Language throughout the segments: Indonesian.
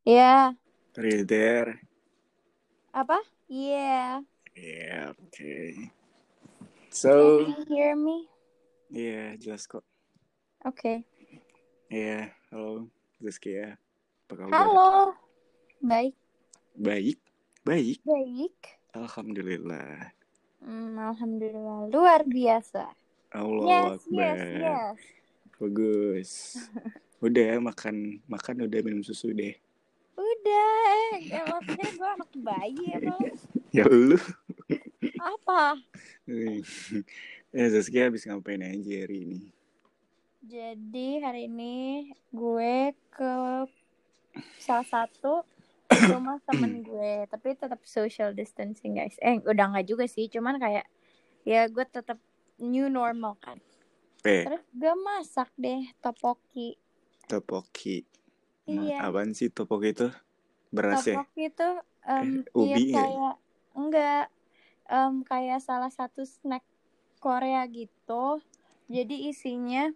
Yeah. Are you there? Apa? Yeah. Yeah, okay. Can So, you hear me? yeah, jelas kok. Oke. Yeah, halo Zaskia. Apa kabar? Halo. Baik. Baik, baik. Baik. Alhamdulillah. Alhamdulillah. Luar biasa. Allahu Yes, yes, Akbar. yes. Bagus. Udah makan, udah minum susu deh. Udah, emang kira gue anak bayi apa lo? Ya lu. Apa? Zaskia habis ngapain aja hari ini? Jadi hari ini gue ke salah satu rumah temen gue, tapi tetap social distancing guys. Udah nggak juga sih, cuman kayak ya gue tetap new normal kan. Terus gue masak deh topoki. Topoki. Emang Iya. apaan sih topoki itu? Beras ya? Topoki itu iya Ubi ya? kayak enggak kayak salah satu snack Korea gitu. Jadi isinya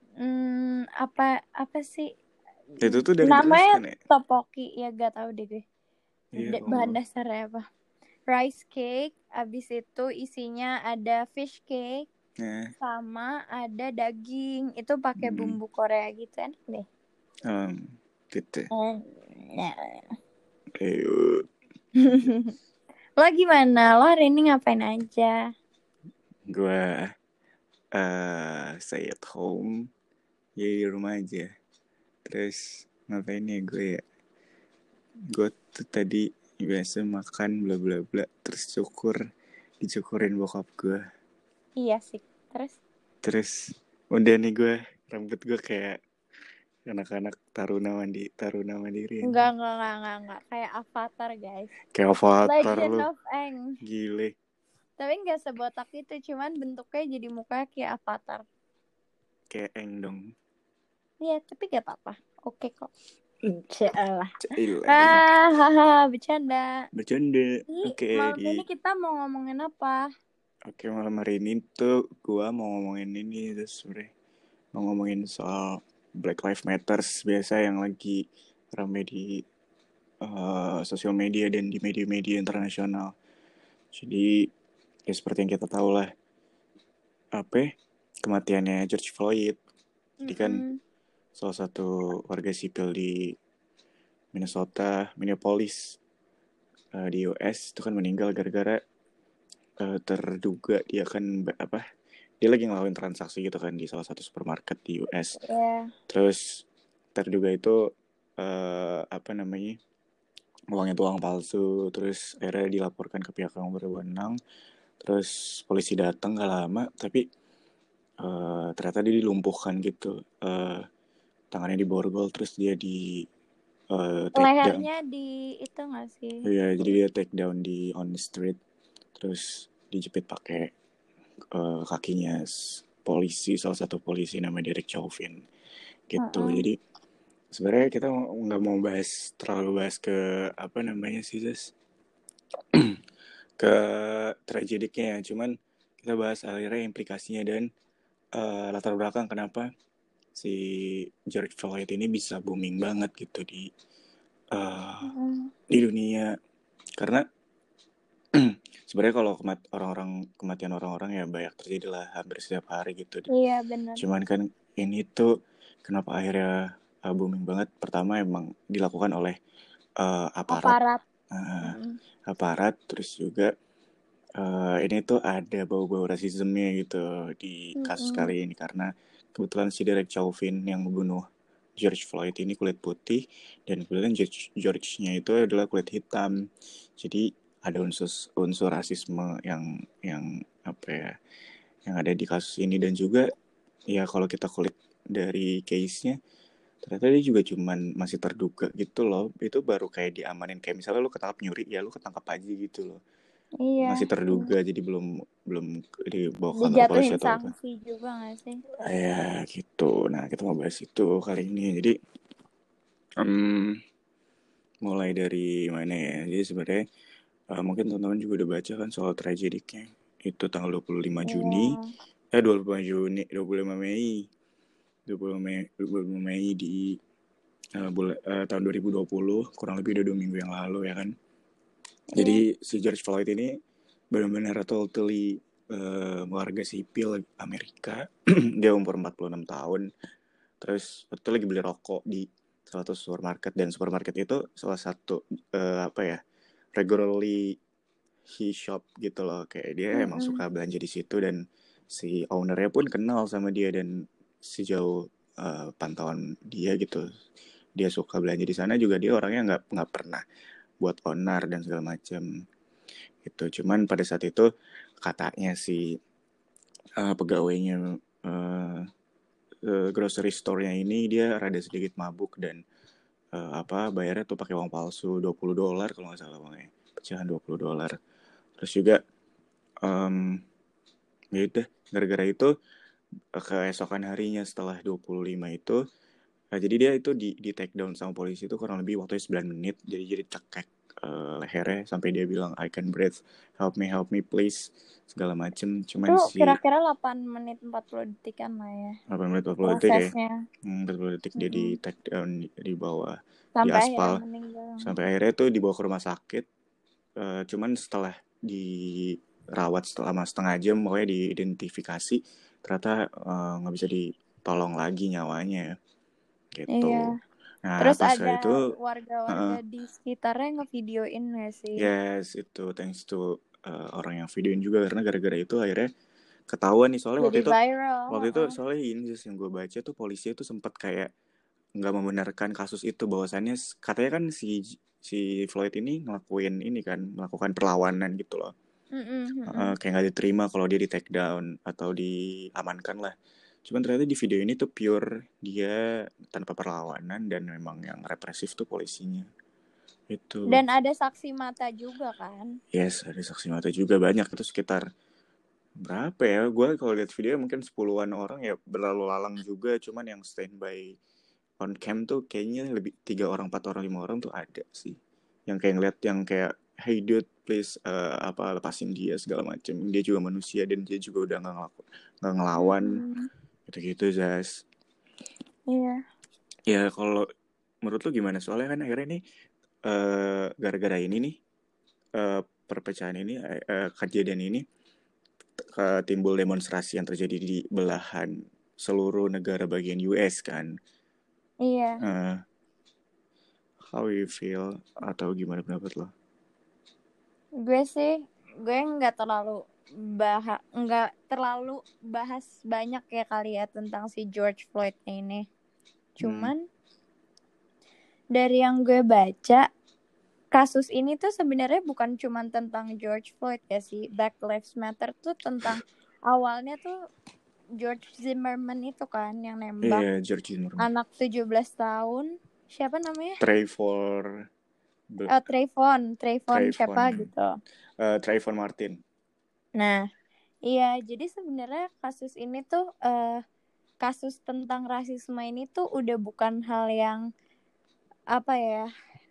apa sih Itu tuh dari beras namanya kan ya? topoki ya gak tahu deh gue. Iya Bahan Allah. dasarnya apa? Rice cake, abis itu isinya ada fish cake, sama ada daging. Itu pakai bumbu Korea gitu enak deh. Gitu. Nah. Ayo. Lo gimana? Lo hari ini ngapain aja? Gue stay at home. Ya di rumah aja. Terus ngapain ya gue ya? Gue tuh tadi biasa makan bla bla bla. Terus dicukurin bokap gue. Iya sih. Terus udah nih gue, rambut gue kayak anak-anak taruna mandiri. Enggak. Kayak Avatar, guys. Kayak Avatar Legend lu. of Aang. Gile. Tapi enggak sebotak itu, cuman bentuknya jadi mukanya kayak Avatar. Kayak Eng dong. Iya, tapi gak apa-apa. Oke kok. Insyaallah. Bercanda. Oke, Malam ini kita mau ngomongin apa? Oke, malam hari ini tuh gue mau ngomongin ini sebenernya. Mau ngomongin soal Black Lives Matter biasa yang lagi rame di sosial media dan di media-media internasional. Jadi ya seperti yang kita tahu lah, kematiannya George Floyd. Jadi kan salah satu warga sipil di Minneapolis di US itu kan meninggal gara-gara terduga dia kan dia lagi ngelakuin transaksi gitu kan di salah satu supermarket di US. Terus terduga itu uangnya itu uang palsu. Terus akhirnya dilaporkan ke pihak yang berwenang. Terus polisi datang gak lama, tapi ternyata dia dilumpuhkan gitu. Tangannya diborgol, terus dia di take lehernya down. di itu gak sih? Iya, jadi dia take down on the street. Terus dijepit pakai kakinya salah satu polisi namanya Derek Chauvin gitu. Jadi sebenarnya kita nggak mau terlalu bahas ke ke tragediknya ya, cuman kita bahas akhirnya implikasinya dan latar belakang kenapa si George Floyd ini bisa booming banget gitu di dunia. Karena sebenarnya kalau kematian orang-orang ya banyak terjadi lah hampir setiap hari gitu. Iya benar. Cuman kan ini tuh kenapa akhirnya booming banget? Pertama emang dilakukan oleh aparat. Aparat, terus juga ini tuh ada bau-bau rasismenya gitu di kasus kali ini karena kebetulan si Derek Chauvin yang membunuh George Floyd ini kulit putih dan kebetulan George-nya itu adalah kulit hitam. Jadi ada unsur rasisme yang ada di kasus ini. Dan juga ya kalau kita kulik dari case-nya ternyata dia juga cuman masih terduga gitu loh. Itu baru kayak diamanin, kayak misalnya lu ketangkap nyuri ya lu ketangkap aja gitu loh. Iya, masih terduga jadi belum dibawa ke kantor polisi atau apa. Sanksi juga gak sih? Ya gitu. Nah kita mau bahas itu kali ini. Jadi mulai dari mana ya? Jadi sebenarnya mungkin teman-teman juga udah baca kan soal tragediknya. Itu tanggal 25 Mei di tahun 2020, kurang lebih udah 2 minggu yang lalu ya kan. Jadi si George Floyd ini benar-benar totally warga sipil Amerika. Dia umur 46 tahun. Terus waktu lagi beli rokok di salah satu supermarket, dan supermarket itu salah satu regularly he shop gitu loh, kayak dia emang suka belanja di situ, dan si ownernya pun kenal sama dia, dan sejauh pantauan dia gitu, dia suka belanja di sana juga, dia orangnya nggak pernah buat onar dan segala macam gitu. Cuman pada saat itu katanya si pegawainya grocery store-nya ini dia rada sedikit mabuk, dan bayarnya tuh pakai uang palsu $20 kalau nggak salah, bang, pecahan $20. Terus juga ya udah, gara-gara itu keesokan harinya setelah 25 itu, jadi dia itu di take down sama polisi itu kurang lebih waktunya 9 menit. Jadi cekek lehernya sampai dia bilang I can breathe, help me please, segala macem. Cuman itu kira-kira 8 menit 40 detikan lah ya 8 menit 40 detik ya, 40 detik dia di take down di bawah, sampai di aspal, meninggal. sampai akhirnya tuh dibawa ke rumah sakit. Cuman setelah dirawat selama setengah jam, pokoknya diidentifikasi, ternyata nggak bisa ditolong lagi nyawanya gitu. Iya. Nah, Terus pas ada itu warga-warga di sekitarnya ngevideoin gak sih? yes, itu thanks to orang yang videoin juga, karena gara-gara itu akhirnya ketahuan nih. Soalnya Jadi viral. waktu itu soalnya ini sih yang gue baca tuh, polisi itu sempat kayak nggak membenarkan kasus itu, bahwasannya katanya kan si Floyd ini melakukan perlawanan gitu loh. Kayak nggak diterima kalau dia di take down atau diamankan lah. Cuman ternyata di video ini tuh pure dia tanpa perlawanan, dan memang yang represif tuh polisinya itu. Dan ada saksi mata juga kan? Yes, ada saksi mata juga banyak, itu sekitar berapa ya, gue kalau lihat video mungkin 10-an orang ya, berlalu lalang juga. Cuman yang standby on cam tuh kayaknya lebih 3 orang, 4 orang, 5 orang tuh ada sih, yang kayak ngeliat, yang kayak hey dude please lepasin dia segala macam, dia juga manusia dan dia juga udah nggak ngelawan gitu-gitu, Zaz. Iya. Ya kalau menurut lu gimana, soalnya kan akhirnya nih gara-gara ini nih perpecahan ini, kejadian ini, timbul demonstrasi yang terjadi di belahan seluruh negara bagian US kan. Iya. How you feel, atau gimana pendapat lo? Gue nggak terlalu bahas banyak ya kali ya tentang si George Floyd ini. Cuman dari yang gue baca, kasus ini tuh sebenarnya bukan cuma tentang George Floyd ya sih. Black Lives Matter tuh tentang awalnya tuh George Zimmerman itu kan yang nembak George Zimmerman. Anak 17 tahun. Siapa namanya? Trayvon siapa gitu. Trayvon Martin. Nah, iya, jadi sebenarnya kasus ini tuh kasus tentang rasisme ini tuh udah bukan hal yang apa ya?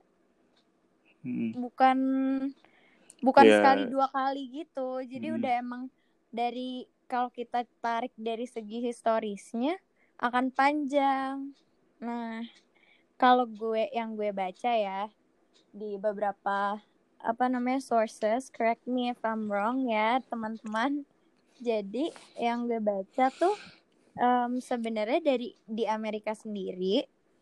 Bukan sekali 2 kali gitu. Jadi udah emang dari, kalau kita tarik dari segi historisnya akan panjang. Nah, kalau yang gue baca ya di beberapa sources, correct me if I'm wrong ya teman-teman. Jadi yang gue baca tuh sebenarnya di Amerika sendiri,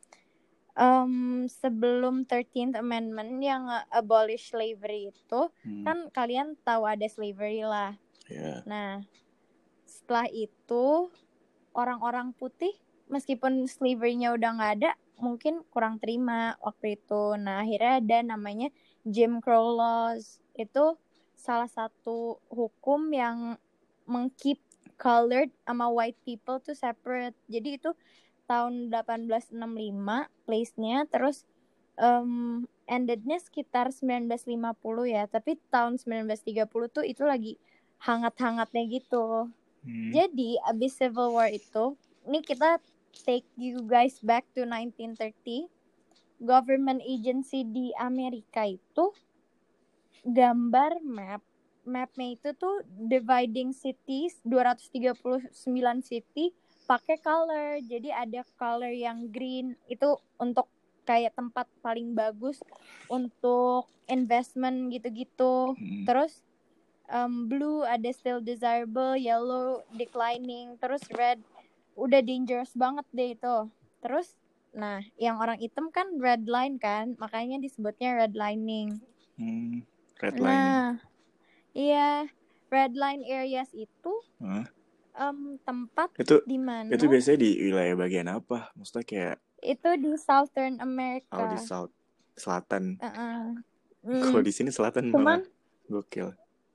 sebelum 13th Amendment yang abolish slavery itu, kan kalian tahu ada slavery lah. Nah, setelah itu orang-orang putih meskipun slavery-nya udah nggak ada, mungkin kurang terima waktu itu. Nah, akhirnya ada namanya Jim Crow laws. Itu salah satu hukum yang meng-keep colored sama white people tuh separate. Jadi itu tahun 1865 place-nya, terus ended-nya sekitar 1950 ya. Tapi tahun 1930 tuh itu lagi hangat-hangatnya gitu. Jadi abis Civil War itu, ini kita take you guys back to 1930. Government agency di Amerika itu gambar mapnya itu tuh dividing cities 239 city pakai color. Jadi ada color yang green itu untuk kayak tempat paling bagus untuk investment gitu-gitu. Terus blue ada still desirable, yellow declining, terus red udah dangerous banget deh itu. Terus nah yang orang hitam kan red line kan, makanya disebutnya redlining. Redlining. Iya, red line areas itu tempat di mana? Itu biasanya di wilayah bagian apa? Maksudnya kayak itu di Southern America. Oh, di selatan. Kalau di sini selatan malah gokil.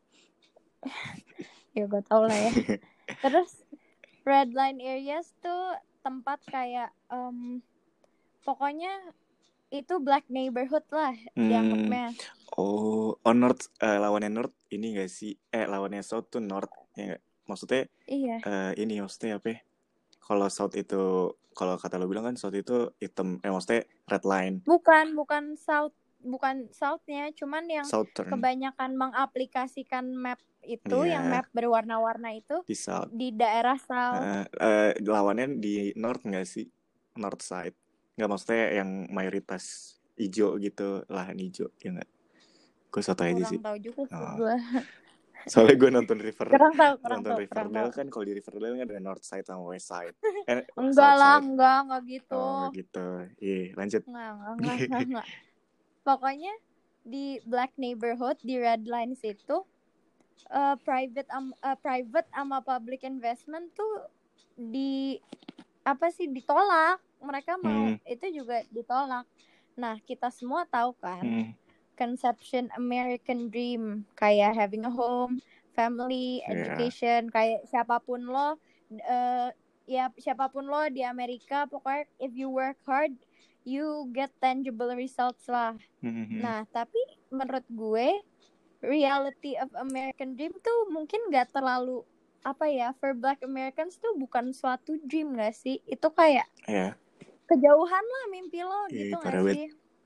Ya gue tau lah ya. Terus red line areas tuh tempat kayak pokoknya itu black neighborhood lah dianggapnya. North, lawannya North ini gak sih? Lawannya South tuh North ya gak? Maksudnya iya. Ini maksudnya apa ya? Kalau South itu, kalau kata lo bilang kan South itu hitam, maksudnya red line. Bukan South, bukan Southnya, cuman yang Southern. kebanyakan mengaplikasikan map itu, yang map berwarna-warna itu di daerah South. Lawannya di North nggak sih? North side. Nggak, maksudnya yang mayoritas hijau gitu, lahan hijau, ya nggak? Gue soto aja sih. Kurang tahu juga sih gue. Soalnya gue nonton Riverdale kan, kalau di Riverdale kan ada North Side sama West Side. Enggak lah, enggak gitu. Oh gitu. Iya, lanjut. Enggak. Pokoknya di black neighborhood, di red lines itu private sama public investment tuh ditolak. Mereka mau itu juga ditolak. Nah, kita semua tahu kan conception American dream, kayak having a home, family, education, kayak siapapun lo di Amerika, pokoknya if you work hard you get tangible results lah. Nah, tapi menurut gue reality of American dream tuh mungkin gak terlalu for Black Americans tuh bukan suatu dream gak sih? Itu kayak kejauhan lah mimpi lo gitu gak sih?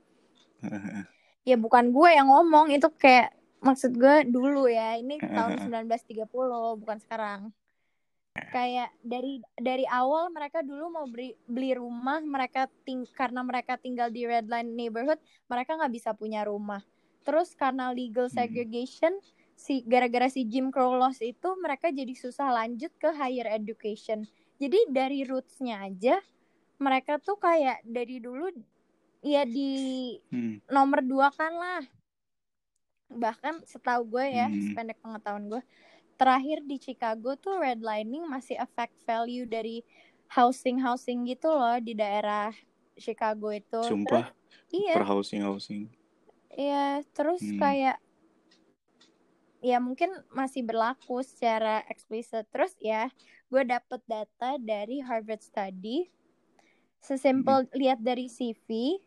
Ya bukan gue yang ngomong, itu kayak maksud gue dulu ya, ini tahun 1930 bukan sekarang. Kayak dari awal mereka dulu mau beli rumah, karena mereka tinggal di red line neighborhood, mereka nggak bisa punya rumah. Terus karena legal segregation, gara-gara si Jim Crow laws itu, mereka jadi susah lanjut ke higher education. Jadi dari rootsnya aja mereka tuh kayak dari dulu ya di nomor 2 kan lah. Bahkan setahu gue ya, sependek pengetahuan gue, terakhir di Chicago tuh redlining masih affect value dari housing gitu loh di daerah Chicago itu. Sumpah? Terus, per housing. Iya, terus kayak ya mungkin masih berlaku secara eksplisit. Terus ya, gue dapet data dari Harvard Study. Sesimpel lihat dari CV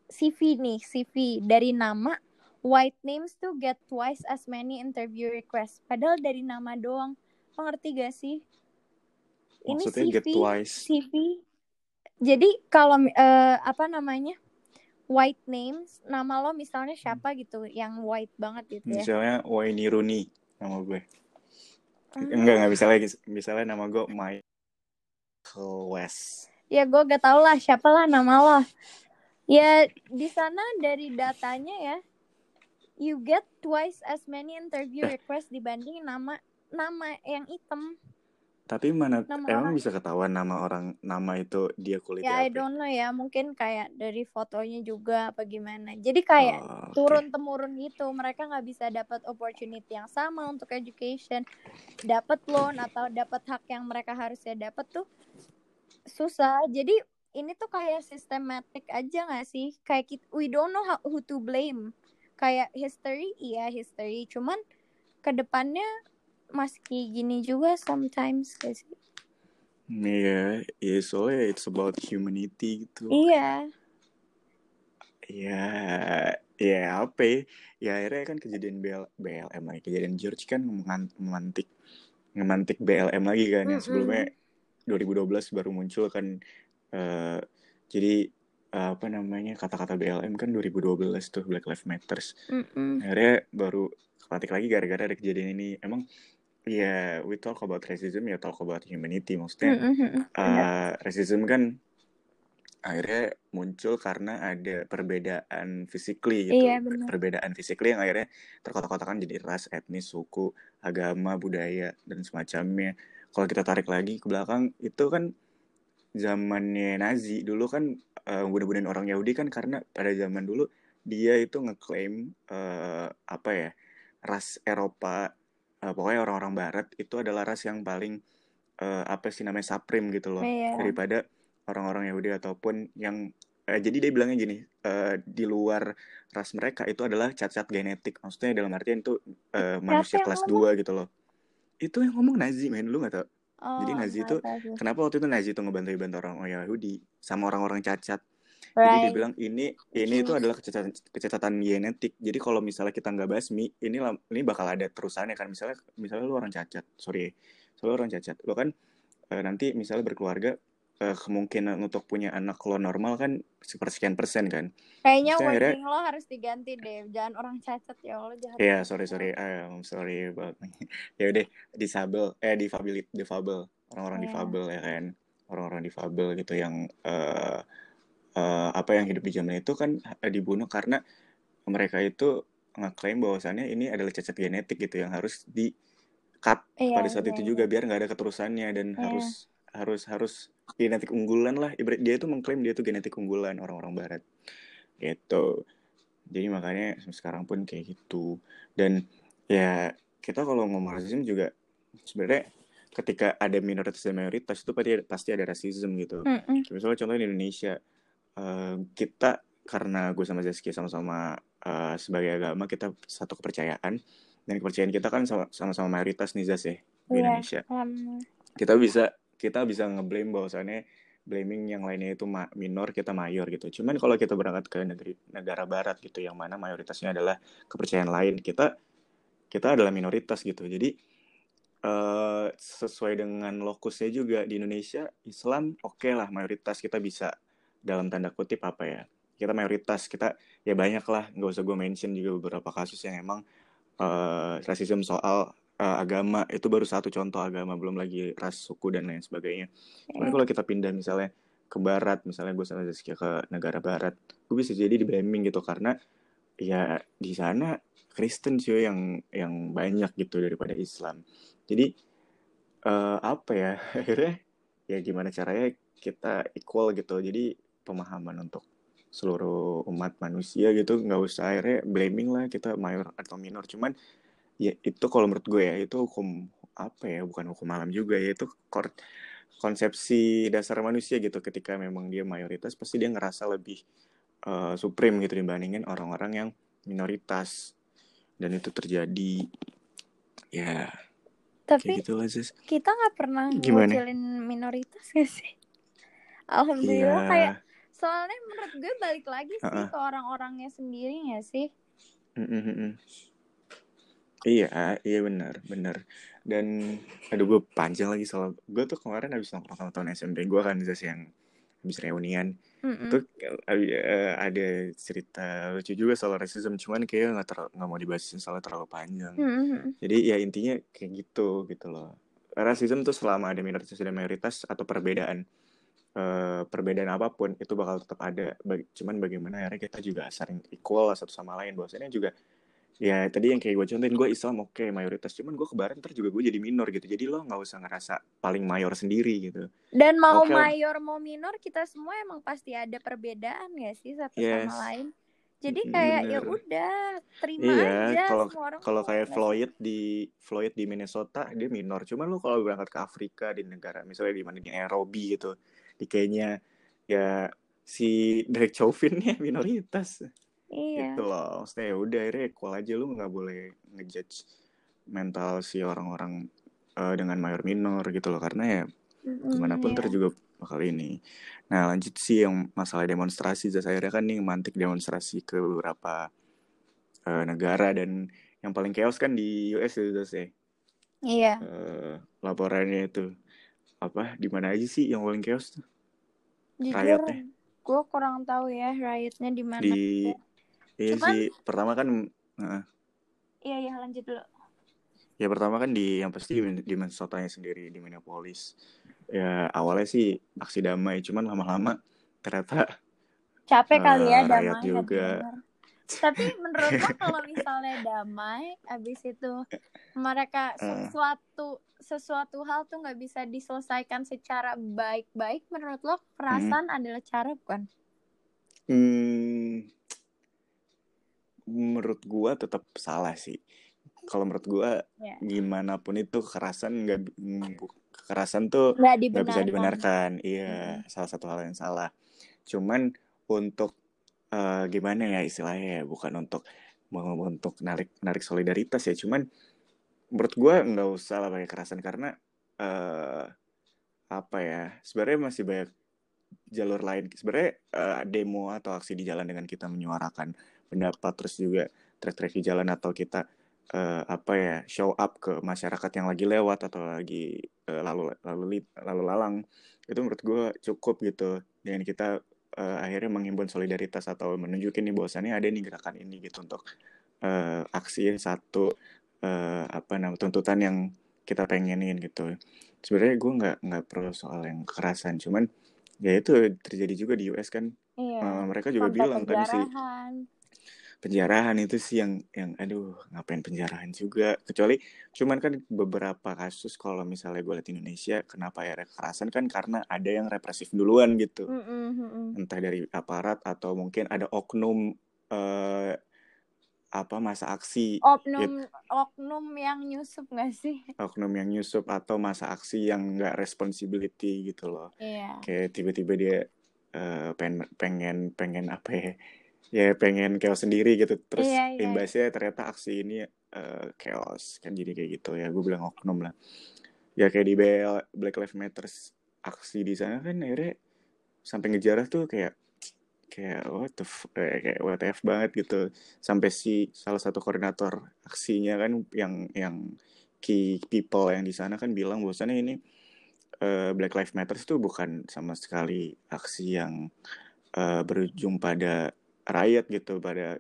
dari nama, white names tuh get twice as many interview requests. Padahal dari nama doang. Lo ngerti gak sih? Maksudnya ini get twice? CV. Jadi kalau white names, nama lo misalnya siapa gitu, yang white banget gitu ya. Misalnya Wayne Rooney nama gue. Enggak bisa lagi. Misalnya nama gue Michael West. Ya gue gak tau lah siapa lah nama lo. Ya di sana dari datanya ya, you get twice as many interview requests dibanding nama yang hitam. Tapi emang bisa ketahuan nama itu dia kulitnya ya I don't know ya, mungkin kayak dari fotonya juga apa gimana. Jadi kayak turun-temurun gitu, mereka nggak bisa dapat opportunity yang sama untuk education, dapat loan atau dapat hak yang mereka harusnya dapat tuh susah. Jadi ini tuh kayak systematic aja nggak sih? Kayak we don't know who to blame. Kayak history, cuman kedepannya masih gini juga sometimes gak sih? Iya, soalnya it's about humanity gitu. Iya. Ya apa ya? Ya akhirnya kan kejadian BLM lagi, kejadian George kan ngemantik BLM lagi kan, yang sebelumnya 2012 baru muncul kan. Jadi kata-kata BLM kan 2012 tuh, Black Lives Matter. Akhirnya baru kemantik lagi gara-gara ada kejadian ini. Emang we talk about racism, talk about humanity. Maksudnya racism kan akhirnya muncul karena ada perbedaan physically gitu. Iya, benar. Perbedaan physically yang akhirnya terkotak-kotakan jadi ras, etnis, suku, agama, budaya, dan semacamnya. Kalau kita tarik lagi ke belakang, itu kan zamannya Nazi. Dulu kan bunuh-bunuhin orang Yahudi kan karena pada zaman dulu dia itu ngeklaim apa ya, ras Eropa, pokoknya orang-orang Barat itu adalah ras yang paling apa sih namanya supreme gitu loh, Iya. daripada orang-orang Yahudi ataupun yang jadi dia bilangnya gini, di luar ras mereka itu adalah cacat genetik, maksudnya dalam artian itu manusia Siapa yang kelas ngomong? 2 gitu loh. Itu yang ngomong Nazi, men, lu nggak tau? Jadi Oh, Nazi nggak itu tahu. kenapa waktu itu Nazi itu ngebantu orang Yahudi sama orang-orang cacat. Jadi dia Right. bilang ini itu adalah kecacatan genetik. Jadi kalau misalnya kita nggak basmi, ini bakal ada terusannya kan. Misalnya lu orang cacat, sorry, lu orang cacat, lu kan nanti misalnya berkeluarga, kemungkinan untuk punya anak lo normal kan sepersekian persen kan. Kayaknya Maksudnya akhirnya, wording lo harus diganti deh. Jangan orang cacat, ya Allah, jahat ya banget. I'm sorry about ya udah, difabel, orang-orang Iya. difabel ya kan, orang-orang difabel gitu yang apa yang hidup di zaman itu kan dibunuh karena mereka itu ngeklaim bahwasannya ini adalah cacat genetik gitu yang harus di cut Iya, pada saat iya, itu iya. juga biar nggak ada keterusannya, dan Iya. harus genetik unggulan lah, ibarat dia itu mengklaim dia itu genetik unggulan orang-orang barat gitu. Jadi makanya sekarang pun kayak gitu. Dan ya kita kalau ngomong rasisme juga sebenarnya ketika ada minoritas dan mayoritas itu pasti ada rasisme gitu. Misalnya contohnya di Indonesia, kita karena gue sama Zaskia sama-sama sebagai agama kita satu kepercayaan, dan kepercayaan kita kan sama-sama mayoritas nih Zas ya di Iya. Indonesia. Kita bisa ngeblame bahwasannya blaming yang lainnya itu minor, kita mayor gitu. Cuman kalau kita berangkat ke negara barat gitu yang mana mayoritasnya adalah kepercayaan lain, kita adalah minoritas gitu. Jadi sesuai dengan lokusnya juga di Indonesia Islam, oke lah mayoritas, kita bisa dalam tanda kutip apa ya, kita mayoritas, kita ya banyak lah, nggak usah gue mention juga beberapa kasus yang emang rasisme soal agama, itu baru satu contoh agama, belum lagi ras, suku, dan lain sebagainya. Cuman kalau kita pindah misalnya ke barat, misalnya gue sama Zaskia ke negara barat, gue bisa jadi di blaming gitu karena ya di sana Kristen sih yang banyak gitu daripada Islam. Jadi apa ya, akhirnya ya gimana caranya kita equal gitu. Jadi pemahaman untuk seluruh umat manusia gitu, nggak usah akhirnya blaming lah kita mayor atau minor. Cuman ya itu kalau menurut gue ya itu hukum apa ya, bukan hukum alam juga ya, itu konsepsi dasar manusia gitu. Ketika memang dia mayoritas pasti dia ngerasa lebih supreme gitu dibandingin orang-orang yang minoritas, dan itu terjadi ya Tapi kayak gitu lah Sis. kita nggak pernah Gimana? ngucilin minoritas gak sih? Alhamdulillah, kayak Iya. soalnya menurut gue balik lagi sih Uh-uh. ke orang-orangnya sendiri gak sih? Mm-mm-mm. Iya benar. Dan aduh, gue panjang lagi soal gue tuh kemarin habis nongkrong tahun SMP gue kan Zas, yang habis reunian itu ada cerita lucu juga soal racism, cuman kayaknya nggak mau dibahas soalnya terlalu panjang. Jadi ya intinya kayak gitu loh. Racism tuh selama ada minoritas dan mayoritas atau perbedaan apapun itu bakal tetap ada. Cuman bagaimana akhirnya kita juga saling equal satu sama lain. Bahwasanya juga ya tadi yang kayak gue contohin, gue Islam oke, mayoritas, cuman gue ke barat ntar juga gue jadi minor gitu. Jadi lo nggak usah ngerasa paling mayor sendiri gitu. Dan mau Oke lah. mayor mau minor, kita semua emang pasti ada perbedaan ya sih satu sama Yes, lain. Jadi kayak ya bener. udah, terima Iya, aja, kalau semua orang kalau tuh kayak nggak sih? Floyd di Minnesota dia minor. Cuman lo kalau berangkat ke Afrika, di negara misalnya di mana, di Nairobi gitu, di Kenya, ya si Derek Chauvin nya minoritas gitu Iya. loh. Maksudnya ya udah, akhirnya equal aja, lu nggak boleh ngejudge mental si orang-orang dengan mayor minor gitu loh, karena ya gimana pun ntar Iya. juga bakal ini. Nah lanjut sih yang masalah demonstrasi, akhirnya kan nih mantik demonstrasi ke beberapa negara, dan yang paling chaos kan di US itu sih. Iya. Laporannya itu apa, di mana aja sih yang paling chaos tuh Jujur, riotnya? gue kurang tahu ya riotnya di mana. Di iya Cuman, sih, pertama kan iya lanjut dulu. ya pertama kan yang pasti di Minnesota sendiri, di Minneapolis. Ya awalnya sih aksi damai, cuman lama-lama ternyata capek kali ya rakyat Damai nggak juga. didengar. Tapi menurut lo kalau misalnya Damai abis itu mereka sesuatu hal tuh nggak bisa diselesaikan secara baik-baik, menurut lo kekerasan adalah cara bukan? Menurut gua tetap salah sih. Kalau menurut gua gimana pun itu kekerasan tuh nggak bisa dibenarkan. Iya, salah satu hal yang salah. Cuman untuk gimana ya istilahnya ya, bukan untuk narik solidaritas ya. Cuman menurut gua nggak usah lah pakai kekerasan karena apa ya? Sebenarnya masih banyak jalur lain. Sebenarnya demo atau aksi di jalan dengan kita menyuarakan pendapat, terus juga trek-trek di jalan atau kita show up ke masyarakat yang lagi lewat atau lagi lalu lalang, itu menurut gue cukup gitu dengan kita akhirnya menghimpun solidaritas atau menunjukin nih bahwasannya ada nih gerakan ini gitu untuk aksiin satu tuntutan yang kita pengenin gitu. Sebenarnya gue nggak perlu soal yang kekerasan, cuman ya itu terjadi juga di US kan. Mereka juga bilang kan sih penjarahan itu sih yang aduh ngapain penjarahan juga, kecuali cuman kan beberapa kasus kalau misalnya gue lihat di Indonesia kenapa ya kekerasan kan karena ada yang represif duluan gitu, entah dari aparat atau mungkin ada oknum masa aksi oknum yang nyusup nggak sih? Oknum yang nyusup atau masa aksi yang nggak responsibility gitu loh. Kayak tiba-tiba dia pengen apa ya pengen chaos sendiri gitu, terus imbasnya ternyata aksi ini chaos kan, jadi kayak gitu ya, gue bilang oknum lah ya. Kayak di Black Lives Matter aksi di sana kan akhirnya sampai ngejarah tuh kayak kayak WTF banget gitu, sampai si salah satu koordinator aksinya kan yang key people yang di sana kan bilang bahwasannya ini Black Lives Matter itu bukan sama sekali aksi yang berujung pada riot gitu, pada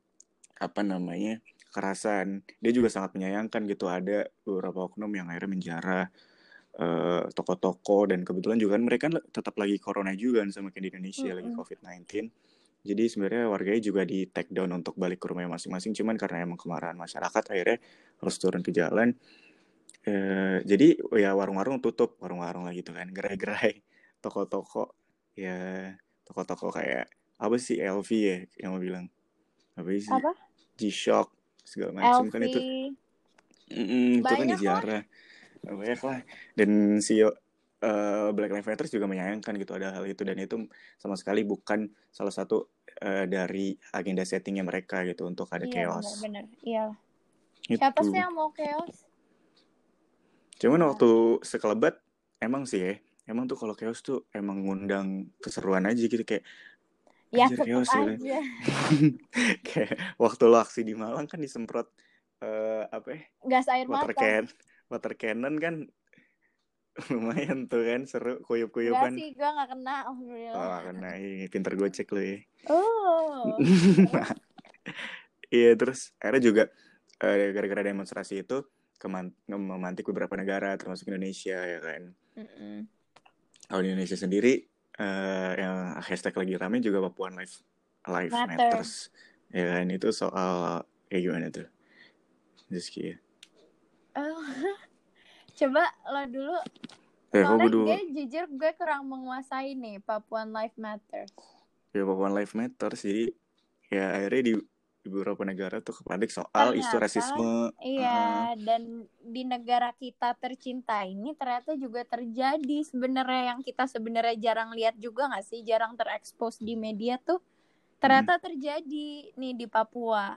kekerasan. Dia juga sangat menyayangkan gitu ada beberapa oknum yang akhirnya menjara toko-toko, dan kebetulan juga kan mereka tetap lagi corona juga sama kayak di Indonesia, lagi COVID-19. Jadi sebenarnya warganya juga di take down untuk balik ke rumahnya masing-masing, cuman karena emang kemarahan masyarakat akhirnya harus turun ke jalan. Jadi ya warung-warung tutup, warung-warung lah gitu kan, gerai-gerai, toko-toko ya, toko-toko kayak apa sih, LV ya yang mau bilang apa sih, G-Shock segala macam kan itu itu kan dijarah banyak lah. Dan CEO Black Lives Matter juga menyayangkan gitu ada hal itu, dan itu sama sekali bukan salah satu dari agenda settingnya mereka gitu untuk ada chaos. Benar-benar iyalah. Siapa sih yang mau chaos? Cuman waktu sekelebat emang sih ya, emang tuh kalau chaos tuh emang ngundang keseruan aja gitu, kayak anjir chaos aja. Kayak waktu lo aksi di Malang kan disemprot gas air mata, water cannon kan lumayan tuh kan, seru, kuyup-kuyupan. Enggak sih, gue gak kena, alhamdulillah. Oh, kena, pinter gue cek lo ya. Oh. Iya, terus akhirnya juga gara-gara demonstrasi itu memantik beberapa negara termasuk Indonesia ya kan. Kalau di Indonesia sendiri yang hashtag lagi rame juga Papuan Life Matters ya kan. Itu soal kayak gimana tuh Rizky ya? Coba lo dulu. Soalnya gue jujur gue kurang menguasai nih Papuan Life Matters. Ya Papuan Life Matters, jadi ya akhirnya di beberapa negara tuh kepadik soal isu rasisme. Iya, dan di negara kita tercinta ini ternyata juga terjadi sebenarnya, yang kita sebenarnya jarang lihat juga nggak sih, jarang terekspos di media tuh ternyata terjadi nih di Papua.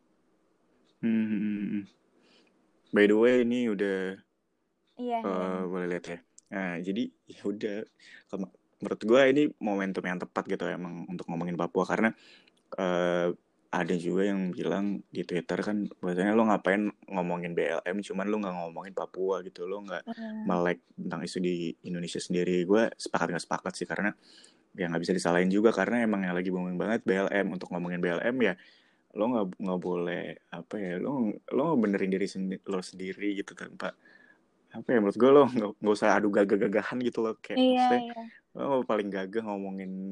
By the way ini udah boleh lihat ya. Nah, jadi ya udah, menurut gue ini momentum yang tepat gitu emang untuk ngomongin Papua, karena ada juga yang bilang di Twitter kan bahwasanya lo ngapain ngomongin BLM cuman lo nggak ngomongin Papua gitu, lo nggak melek tentang isu di Indonesia sendiri. Gue nggak sepakat sih, karena ya nggak bisa disalahin juga, karena emang yang lagi booming banget BLM. Untuk ngomongin BLM ya lo nggak boleh lo benerin diri lo sendiri gitu, tanpa menurut gue lo nggak usah adu gagah-gagahan gitu loh, kayak maksudnya lo paling gagah ngomongin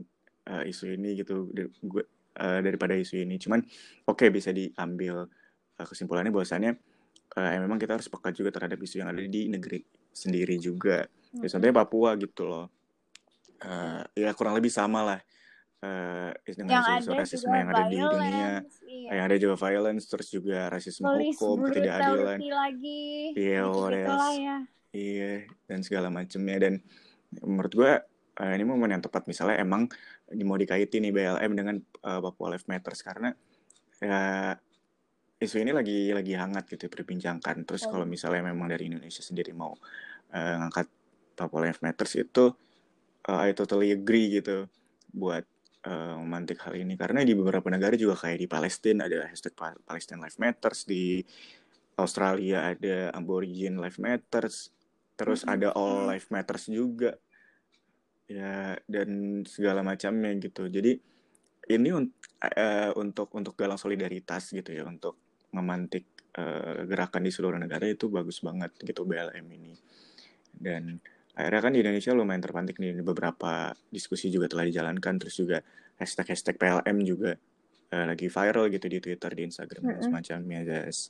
isu ini gitu daripada isu ini. Cuman bisa diambil kesimpulannya bahwasannya memang kita harus peka juga terhadap isu yang ada di negeri sendiri juga. Ya, contohnya Papua gitu loh. Ya kurang lebih sama lah dengan isu rasisme yang ada di dunia. Iya. Yang ada juga violence, terus juga rasisme hukum, ketidakadilan. Lagi. Iya, iya, dan segala macamnya. Dan menurut gue ini momen yang tepat misalnya emang mau dikaitin nih BLM dengan Papua Lives Matter karena ya isu ini lagi hangat gitu diperbincangkan. Terus kalau misalnya memang dari Indonesia sendiri mau ngangkat Papua Lives Matter itu I totally agree gitu buat memantik hal ini karena di beberapa negara juga kayak di Palestina ada hashtag Palestine Lives Matters, di Australia ada Aborigin Lives Matters, terus ada All Lives Matters juga ya, dan segala macamnya gitu. Jadi ini untuk galang solidaritas gitu ya, untuk memantik gerakan di seluruh negara itu bagus banget gitu BLM ini. Dan akhirnya kan di Indonesia lumayan terpantik nih, beberapa diskusi juga telah dijalankan, terus juga hashtag PLM juga lagi viral gitu di Twitter, di Instagram dan semacamnya, guys.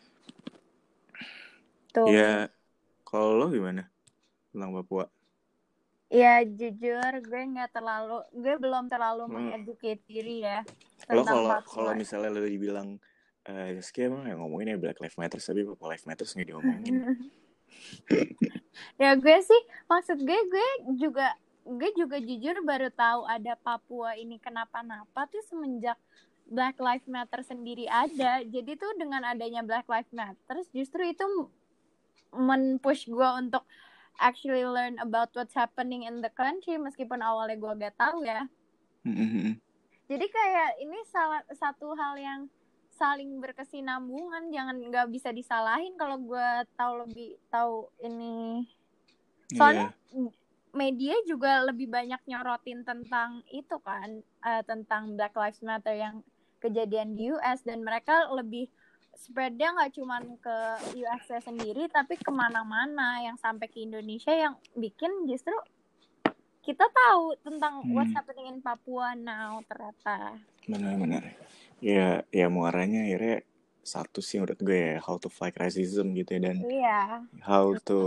Ya, kalau lo gimana tentang Papua? Ya jujur gue belum terlalu mengeduket diri ya tentang Papua. Kalau misalnya lo dibilang Rizky emang yang ngomonginnya Black Lives Matter tapi Papua Lives Matter nggak diomongin. Ya gue sih maksud gue juga jujur baru tahu ada Papua ini kenapa-napa tuh semenjak Black Lives Matter sendiri ada. Jadi tuh dengan adanya Black Lives Matter justru itu men-push gue untuk actually learn about what's happening in the country meskipun awalnya gue gak tahu ya. Jadi kayak ini salah satu hal yang saling berkesinambungan, nggak bisa disalahin kalau gue tahu ini. Soalnya media juga lebih banyak nyorotin tentang itu kan, tentang Black Lives Matter yang kejadian di US, dan mereka lebih spreadnya nggak cuma ke US sendiri tapi kemana-mana yang sampai ke Indonesia, yang bikin justru kita tahu tentang what's happening in Papua now ternyata. Benar-benar. Ya muaranya akhirnya satu sih menurut gue ya, how to fight racism gitu ya, dan how to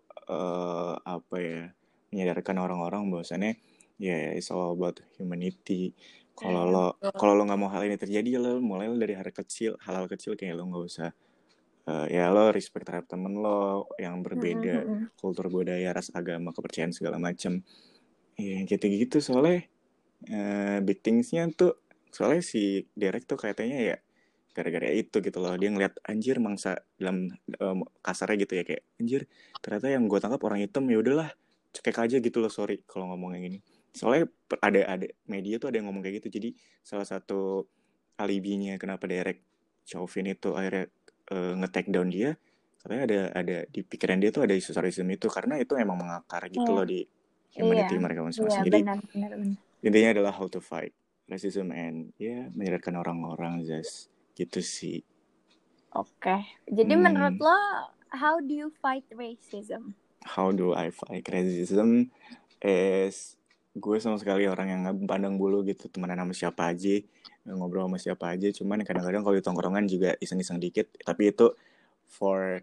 menyadarkan orang-orang bahwasannya ya it's all about humanity. Kalau lo nggak mau hal ini terjadi, lo mulai dari hal kecil kayak lo nggak usah ya lo respect terhadap temen lo yang berbeda kultur, budaya, ras, agama, kepercayaan segala macam. Ya gitu-gitu, soalnya big things-nya tuh soalnya si Derek tuh katanya ya gara-gara itu gitu loh, dia ngeliat anjir mangsa dalam kasarnya gitu ya, kayak anjir ternyata yang gue tangkap orang hitam, ya udahlah cekek aja gitu loh, sorry kalau ngomong yang ini. Soalnya ada media tuh ada yang ngomong kayak gitu, jadi salah satu alibinya kenapa Derek Chauvin itu akhirnya nge-take down dia, katanya ada di pikiran dia tuh ada isu racism itu, karena itu emang mengakar gitu loh di humanity mereka masing-masing. Jadi benar. Intinya adalah how to fight racism and menyadarkan orang-orang gitu sih. Oke. Jadi menurut lo, how do you fight racism? How do I fight racism is gue sama sekali orang yang nggak pandang bulu gitu, temenan sama siapa aja, ngobrol sama siapa aja. Cuman kadang-kadang kalau di tongkrongan juga iseng-iseng dikit, tapi itu for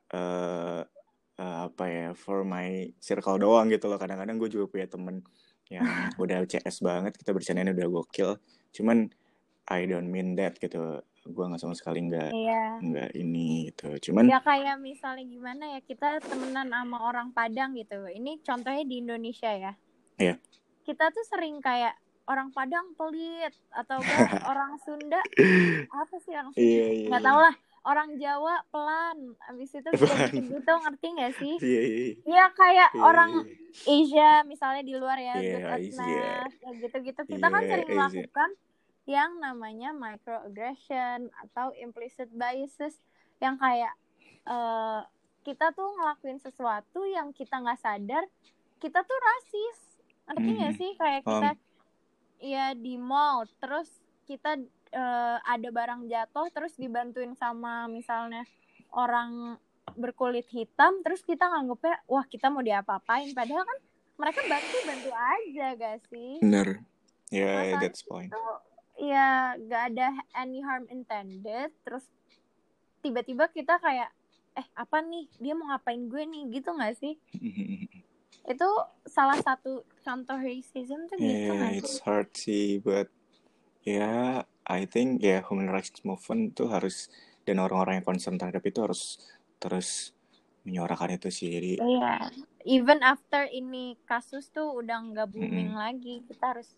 for my circle doang gitu loh. Kadang-kadang gue juga punya temen yang udah CS banget, kita bercandanya udah gokil, cuman I don't mean that gitu, gue nggak sama sekali nggak ini gitu. Cuman ya kayak misalnya gimana ya, kita temenan sama orang Padang gitu, ini contohnya di Indonesia ya. Kita tuh sering kayak orang Padang pelit, atau enggak orang Sunda apa sih orang Sunda, nggak tahu lah, orang Jawa pelan, abis itu gitu, ngerti nggak sih? Iya kayak orang Asia misalnya di luar ya, good at math, kayak gitu-gitu. Kita kan sering melakukan yang namanya microaggression atau implicit biases, yang kayak kita tuh ngelakuin sesuatu yang kita nggak sadar kita tuh rasis, ngerti nggak sih? Kayak kita ya di mall, terus kita ada barang jatuh terus dibantuin sama misalnya orang berkulit hitam, terus kita nganggepnya wah kita mau diapa-apain, padahal kan mereka bantu aja gak sih? Bener. Yeah, that's point. Itu ya gak ada any harm intended, terus tiba-tiba kita kayak apa nih, dia mau ngapain gue nih, gitu gak sih? Itu salah satu contoh racism tuh gitu gak sih? It's hard sih, but ya I think human rights movement tuh harus, dan orang-orang yang concern terhadap itu harus terus menyuarakan itu sih. Jadi even after ini kasus tuh udah nggak booming lagi, kita harus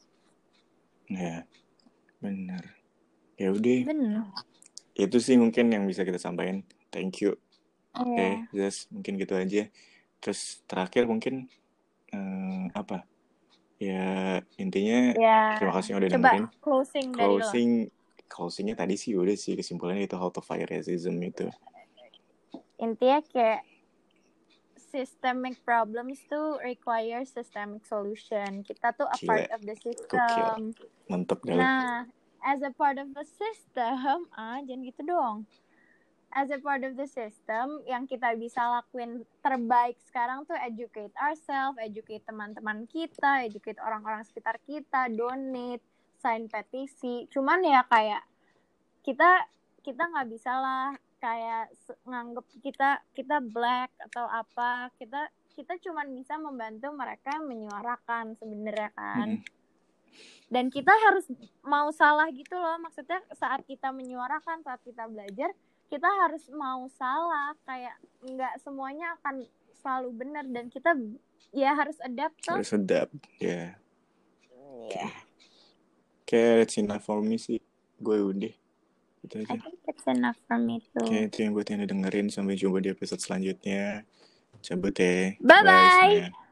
benar. Ya udah, itu sih mungkin yang bisa kita sampaikan. Thank you. Oke, just mungkin gitu aja. Terus terakhir mungkin apa ya, intinya terima kasih yang udah dengerin. Closingnya tadi sih udah sih, kesimpulannya itu how to fight racism itu. Intinya kayak systemic problems tuh require systemic solution. Kita tuh a part of the system. Mantap dah. Nah, as a part of the system, jangan gitu dong. As a part of the system, yang kita bisa lakuin terbaik sekarang tuh educate ourselves, educate teman-teman kita, educate orang-orang sekitar kita, donate, sign petisi. Cuman ya kayak kita nggak bisa lah kayak nganggep kita black atau apa. Kita cuman bisa membantu mereka menyuarakan sebenarnya kan. Dan kita harus mau salah gitu loh. Maksudnya saat kita menyuarakan, saat kita belajar, kita harus mau salah, kayak nggak semuanya akan selalu benar, dan kita ya harus adapt toh. Harus adapt, Okay, that's enough for me sih. Gue udah gitu aja. I think it's enough for me too. Itu yang buat yang dengerin. Sampai jumpa di episode selanjutnya. Cabut ya. Bye.